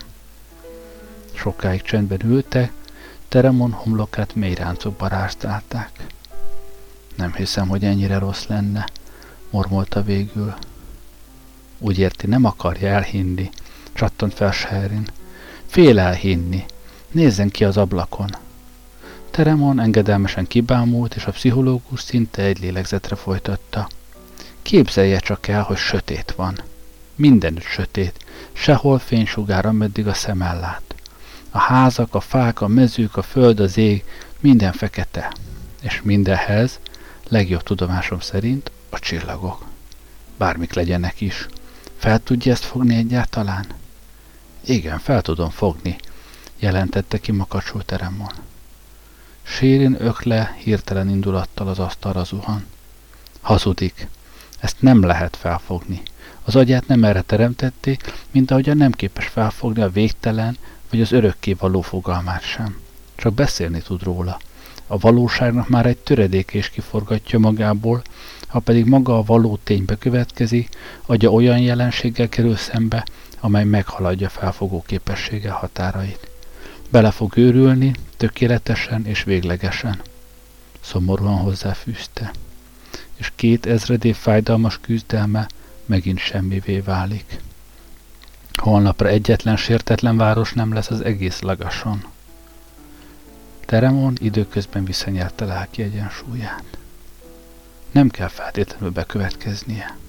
Sokáig csendben ültek, Teremon homlokát mély ráncok barázdálták. Nem hiszem, hogy ennyire rossz lenne, mormolta végül. Úgy érti, nem akarja elhinni, csattant fel Sherin. Fél elhinni. Nézzen ki az ablakon. Teremon engedelmesen kibámult, és a pszichológus szinte egy lélegzetre folytatta. Képzelje csak el, hogy sötét van. Mindenütt sötét, sehol fénysugár, ameddig a szem ellát. A házak, a fák, a mezők, a föld, az ég, minden fekete. És mindenhez, legjobb tudomásom szerint, a csillagok. Bármik legyenek is. Fel tudja ezt fogni egyáltalán? Igen, fel tudom fogni, jelentette ki makacsul Teremon. Sherin ökle hirtelen indulattal az asztalra zuhan. Hazudik. Ezt nem lehet felfogni. Az agyát nem erre teremtették, mint ahogyan nem képes felfogni a végtelen vagy az örökké való fogalmát sem. Csak beszélni tud róla. A valóságnak már egy töredéke is kiforgatja magából, ha pedig maga a való tény bekövetkezik, agya olyan jelenséggel kerül szembe, amely meghaladja felfogó képessége határait. Bele fog őrülni, tökéletesen és véglegesen. Szomorúan hozzáfűzte. És két ezred év fájdalmas küzdelme megint semmivé válik. Holnapra egyetlen sértetlen város nem lesz az egész Lagason. Teremon időközben visszanyerte lelki egyensúlyát. Nem kell feltétlenül bekövetkeznie.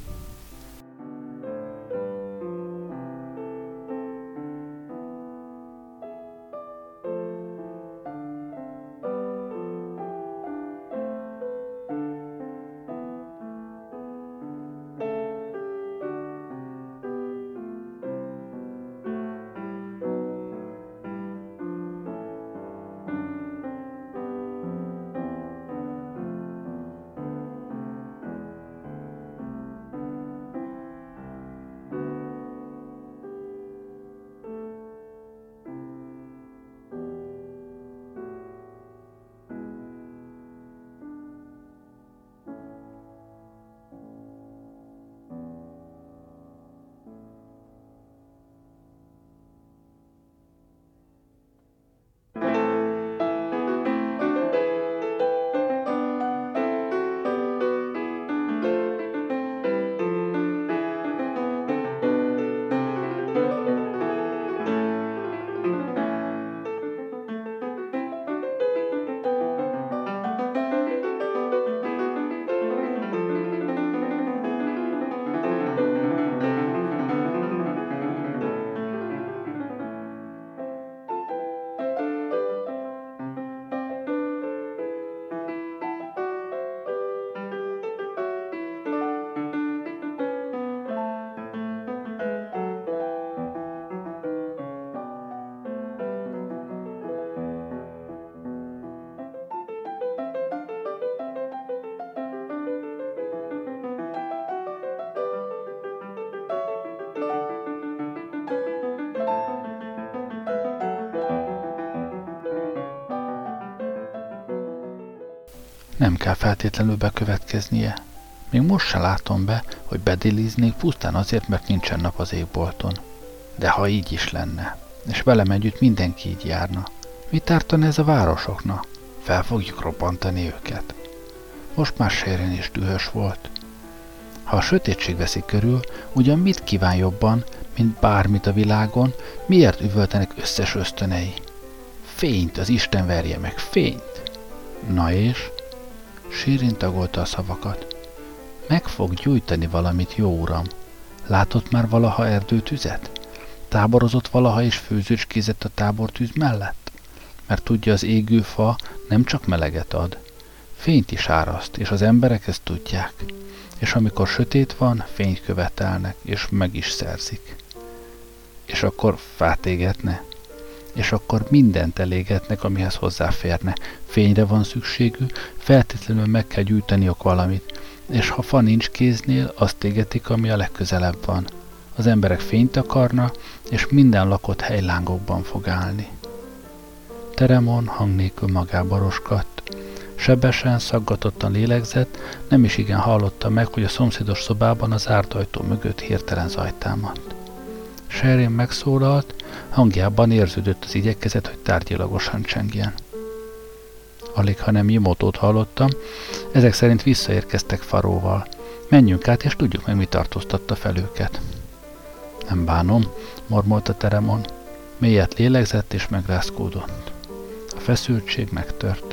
Nem kell feltétlenül bekövetkeznie. Még most se látom be, hogy bediliznék pusztán azért, mert nincsen nap az égbolton. De ha így is lenne, és velem együtt mindenki így járna, mit ártana ez a városoknak? Fel fogjuk robbantani őket. Most már Sharon is dühös volt. Ha a sötétség veszi körül, ugyan mit kíván jobban, mint bármit a világon, miért üvöltenek összes ösztönei? Fényt, az Isten verje meg, fényt! Na és? Sharon tagolta a szavakat. Meg fog gyújtani valamit, jó uram. Látott már valaha erdőtüzet? Táborozott valaha és főzőcskézett a tábortűz mellett? Mert tudja, az égő fa nem csak meleget ad, fényt is áraszt, és az emberek ezt tudják. És amikor sötét van, fényt követelnek, és meg is szerzik. És akkor fát égetne, és akkor mindent elégetnek, amihez hozzáférne. Fényre van szükségük, feltétlenül meg kell gyújtaniok valamit, és ha fa nincs kéznél, azt égetik, ami a legközelebb van. Az emberek fényt akarna, és minden lakott hely lángokban fog állni. Teremon hang nélkül magába roskadt. Sebesen, szaggatottan lélegzett, nem is igen hallotta meg, hogy a szomszédos szobában az zárt ajtó mögött hirtelen zaj támadt. Sharon megszólalt, hangjában érződött az igyekezet, hogy tárgyilagosan csengjen. Alig, ha nem Jimotót hallottam, ezek szerint visszaérkeztek Faróval. Menjünk át, és tudjuk meg, mi tartóztatta fel őket. Nem bánom, mormolta Teremon. Mélyet lélegzett, és megrázkódott. A feszültség megtört.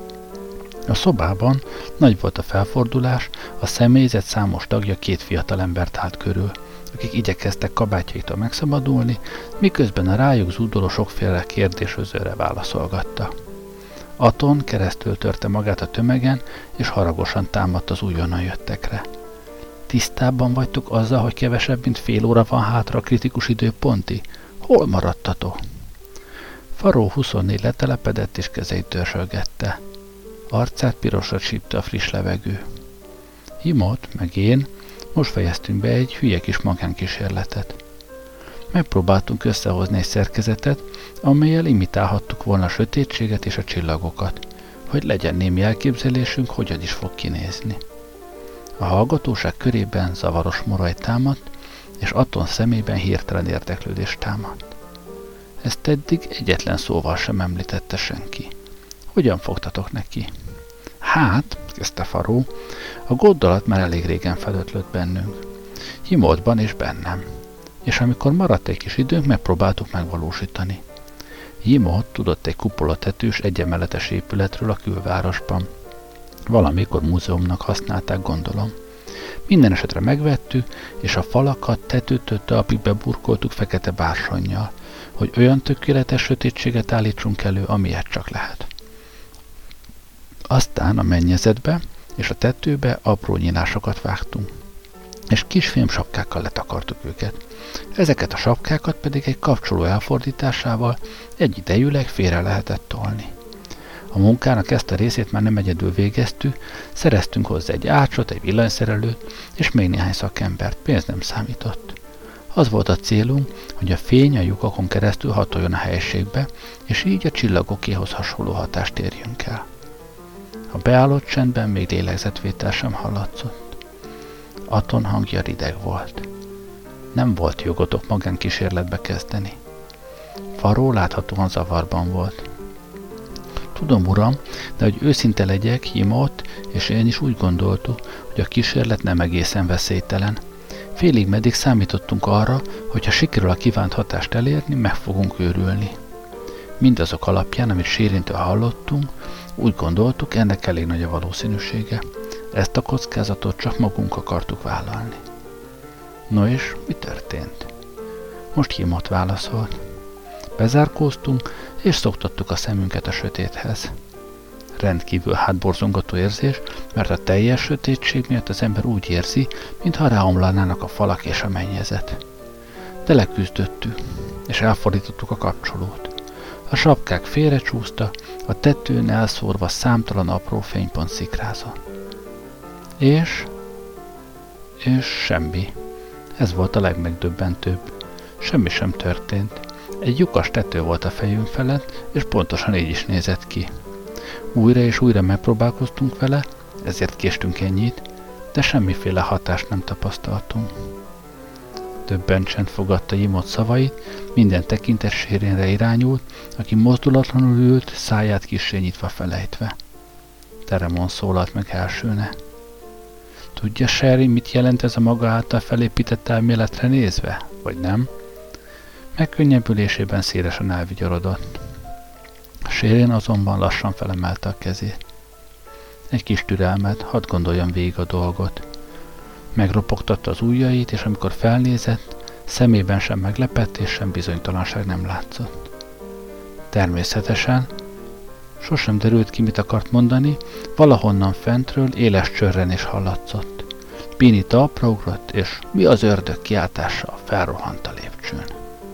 A szobában nagy volt a felfordulás, a személyzet számos tagja két fiatalembert állt körül, akik igyekeztek kabátjaitól megszabadulni, miközben a rájuk zúduló sokféle kérdésözőre válaszolgatta. Aton keresztül törte magát a tömegen, és haragosan támadt az újonnan jöttekre. Tisztában vagytok azzal, hogy kevesebb, mint fél óra van hátra a kritikus időpontig? Hol maradtatok? Faró huszonnégy letelepedett, és kezeit dörzsölgette. Arcát pirosra csípte a friss levegő. Imot, meg én most fejeztünk be egy hülye kis magánkísérletet. Megpróbáltunk összehozni egy szerkezetet, amellyel imitálhattuk volna a sötétséget és a csillagokat, hogy legyen némi elképzelésünk, hogyan is fog kinézni. A hallgatóság körében zavaros moraj támadt, és Aton szemében hirtelen érdeklődés támadt. Ezt eddig egyetlen szóval sem említette senki. Hogyan fogtatok neki? Hát, kezdte Faró, a gondolat már elég régen felötlött bennünk. Himoltban és bennem. És amikor maradt egy kis időnk, megpróbáltuk megvalósítani. Jimot tudott egy kupolatetős egyemeletes épületről a külvárosban. Valamikor múzeumnak használták, gondolom. Minden esetre megvettük, és a falakat tetőtől talpig beburkoltuk fekete bársonnyal, hogy olyan tökéletes sötétséget állítsunk elő, amilyet csak lehet. Aztán a mennyezetbe és a tetőbe apró nyílásokat vágtunk, és kis fémsapkákkal letakartuk őket. Ezeket a sapkákat pedig egy kapcsoló elfordításával egyidejűleg félre lehetett tolni. A munkának ezt a részét már nem egyedül végeztük, szereztünk hozzá egy ácsot, egy villanyszerelőt, és még néhány szakembert, pénz nem számított. Az volt a célunk, hogy a fény a lyukakon keresztül hatoljon a helyiségbe, és így a csillagokéhoz hasonló hatást érjünk el. A beállott csendben még lélegzetvétel sem hallatszott. Aton hangja rideg volt. Nem volt jogotok magánkísérletbe kezdeni. Faró láthatóan zavarban volt. Tudom, uram, de hogy őszinte legyek, Jimot és én is úgy gondoltuk, hogy a kísérlet nem egészen veszélytelen. Félig meddig számítottunk arra, hogy ha sikerül a kívánt hatást elérni, meg fogunk őrülni. Mindazok alapján, amit Sharintől hallottunk, úgy gondoltuk, ennek elég nagy a valószínűsége. Ezt a kockázatot csak magunk akartuk vállalni. No és mi történt? Most Jimot válaszolt. Bezárkóztunk, és szoktattuk a szemünket a sötéthez. Rendkívül hátborzongató érzés, mert a teljes sötétség miatt az ember úgy érzi, mintha ráomlanának a falak és a mennyezet. De leküzdöttük, és elfordítottuk a kapcsolót. A sapkák félrecsúszta, a tetőn elszórva számtalan apró fénypont szikrázott. És... és semmi. Ez volt a legmegdöbbentőbb. Semmi sem történt. Egy lyukas tető volt a fejünk felett, és pontosan így is nézett ki. Újra és újra megpróbálkoztunk vele, ezért késtünk ennyit, de semmiféle hatást nem tapasztaltunk. Döbbenten fogadta Jimot szavait, minden tekintet Sérénre irányult, aki mozdulatlanul ült, száját kissé nyitva felejtve. Teremon szólalt meg elsőne. Tudja, Sherry, mit jelent ez a maga által felépített elméletre nézve, vagy nem? Megkönnyebbülésében szélesen elvigyorodott. Sérén azonban lassan felemelte a kezét. Egy kis türelmet, hadd gondoljam végig a dolgot. Megropogtatta az ujjait, és amikor felnézett, szemében sem meglepetés, sem bizonytalanság nem látszott. Természetesen, sosem derült ki, mit akart mondani, valahonnan fentről éles csörrenés hallatszott. Beanie talpra ugrott, és mi az ördög kiáltással felrohant a lépcsőn.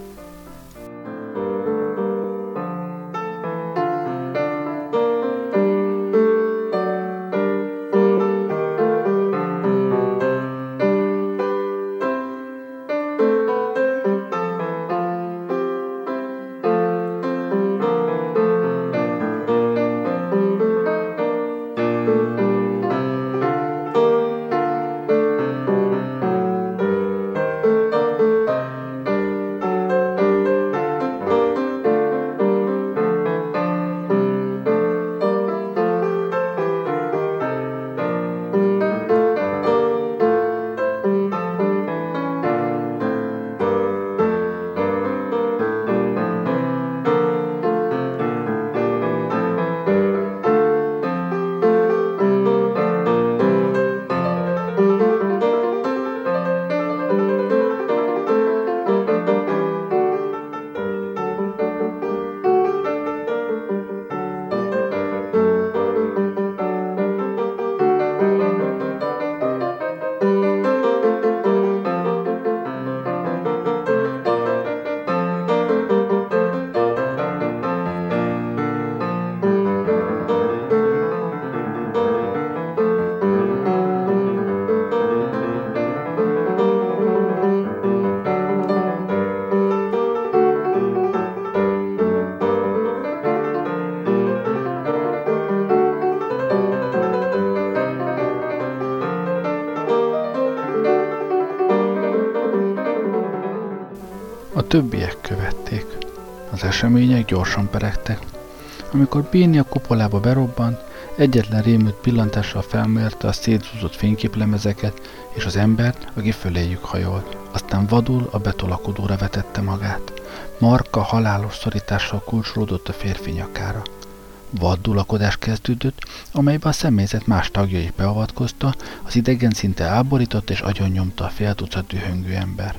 A többiek követték. Az események gyorsan peregtek. Amikor Beanie a kupolába berobbant, egyetlen rémült pillantással felmérte a szétzúzott fényképlemezeket és az embert, aki föléjük hajolt. Aztán vadul a betolakodóra vetette magát. Marka halálos szorítással kulcsolódott a férfi nyakára. Vaddulakodás kezdődött, amelybe a személyzet más tagja is beavatkozta, az idegen szinte elborított és agyonnyomta a fél tucat dühöngő ember.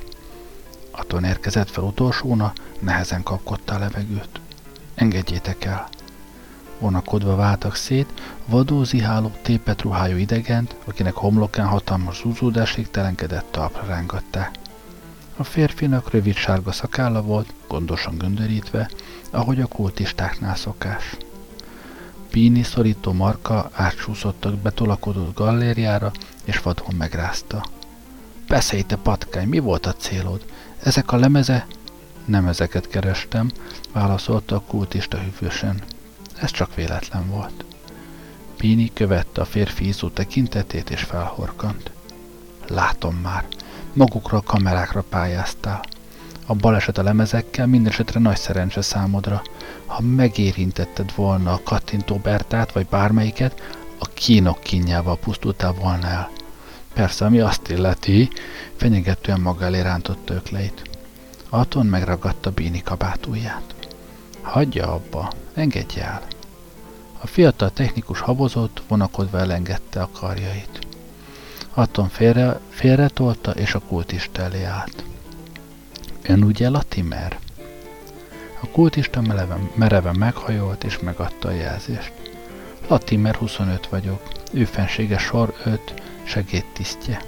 Attól érkezett fel utolsóna, nehezen kapkodta a levegőt. Engedjétek el! Vonakodva váltak szét, vadul ziháló, tépet ruhájú idegent, akinek homlokán hatalmas zúzódás égtelenkedett talpra rángatták. A férfinak rövid sárga szakálla volt, gondosan göndörítve, ahogy a kultistáknál szokás. Beanie szorító marka átsúszottak betolakodott gallériára, és vadul megrázta. Beszélj, te patkány, mi volt a célod? Ezek a lemeze? Nem ezeket kerestem, válaszolta a kultista hűvösen. Ez csak véletlen volt. Beanie követte a férfi izzó tekintetét, és felhorkant. Látom már, magukra a kamerákra pályáztál. A baleset a lemezekkel mindesetre nagy szerencse számodra. Ha megérintetted volna a kattintó Bertát, vagy bármelyiket, a kínok kínjával pusztultál volna el. Persze, ami azt illeti, fenyegetően maga elé rántotta ökleit. Aton megragadta Beanie kabátúját. Hagyja abba, engedje el. A fiatal technikus habozott, vonakodva elengedte a karjait. Aton félre, félretolta, és a kultista elé állt. Ön ugye Latimer? A kultista mereven, mereven meghajolt, és megadta a jelzést. Latimer huszonöt vagyok, ő fensége sor öt, segédtisztje.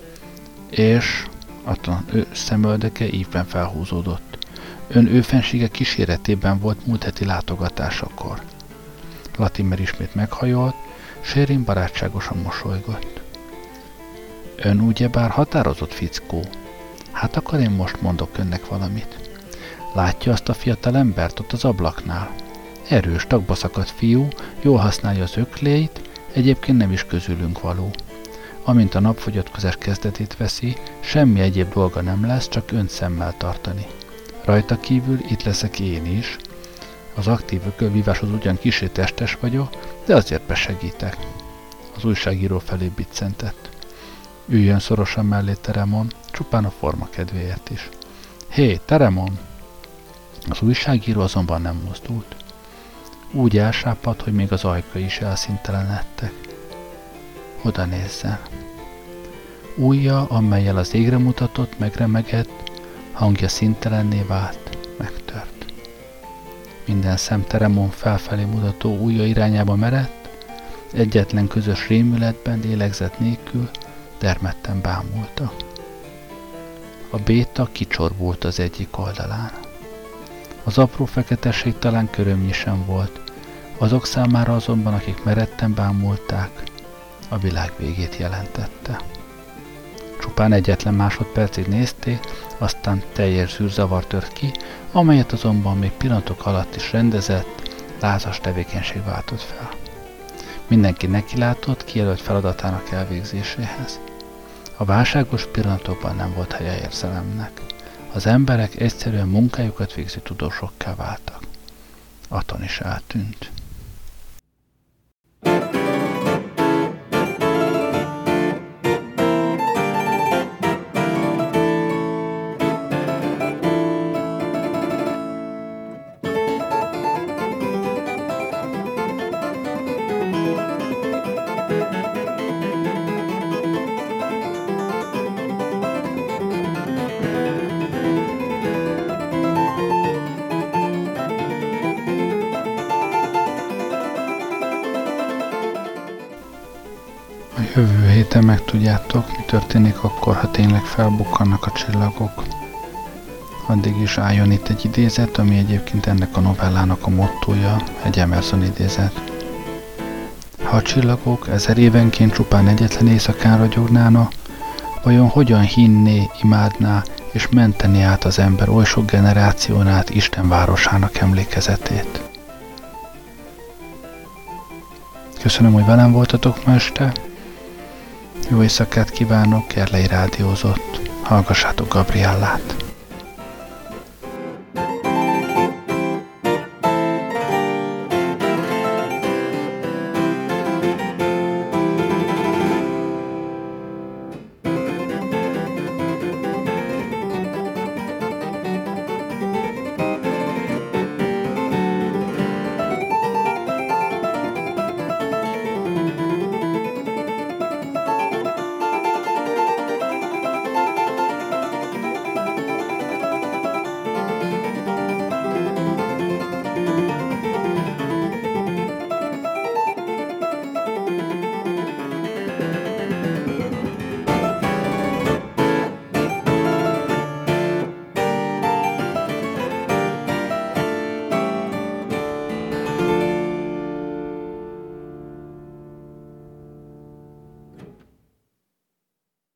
És Aton ő szemöldöke ívben felhúzódott. Ön ő fensége kíséretében volt múlt heti látogatásakor. Latimer ismét meghajolt, Sérén barátságosan mosolygott. Ön ugyebár határozott fickó. Hát akkor én most mondok önnek valamit. Látja azt a fiatal embert ott az ablaknál? Erős, tagba szakadt fiú, jól használja az ökléit, egyébként nem is közülünk való. Amint a napfogyatkozás kezdetét veszi, semmi egyéb dolga nem lesz, csak önt szemmel tartani. Rajta kívül itt leszek én is. Az aktív ökölvíváshoz ugyan kissé testes vagyok, de azért besegítek. Az újságíró felé biccentett. Üljön szorosan mellé Teremon, csupán a forma kedvéért is. Hé, Teremon! Az újságíró azonban nem mozdult. Úgy elsápadt, hogy még az ajkai is elszíntelenedtek. Oda nézzen. Ujja, amellyel az égre mutatott, megremegett, hangja színtelenné vált, megtört. Minden szem Teremon felfelé mutató ujja irányába merett, egyetlen közös rémületben, lélegzet nélkül dermedten bámulta. A béta kicsorbult az egyik oldalán. Az apró feketesség talán körömnyi sem volt, azok számára azonban, akik meredten bámulták, a világ végét jelentette. Csupán egyetlen másodpercig nézték, aztán teljes zűrzavar tört ki, amelyet azonban még pillanatok alatt is rendezett, lázas tevékenység váltott fel. Mindenki nekilátott kijelölt feladatának elvégzéséhez. A válságos pillanatokban nem volt helye érzelemnek. Az emberek egyszerűen munkájukat végző tudósokká váltak. Aton is eltűnt. Jövő héten megtudjátok, mi történik akkor, ha tényleg felbukkannak a csillagok. Addig is álljon itt egy idézet, ami egyébként ennek a novellának a mottója, egy Emerson idézet. Ha a csillagok ezer évenként csupán egyetlen éjszakán ragyognána, vajon hogyan hinné, imádná és menteni át az ember oly sok generáción át Isten városának emlékezetét? Köszönöm, hogy velem voltatok ma este. Jó éjszakát kívánok, Gerlei rádiózott. Hallgassátok Gabriellát.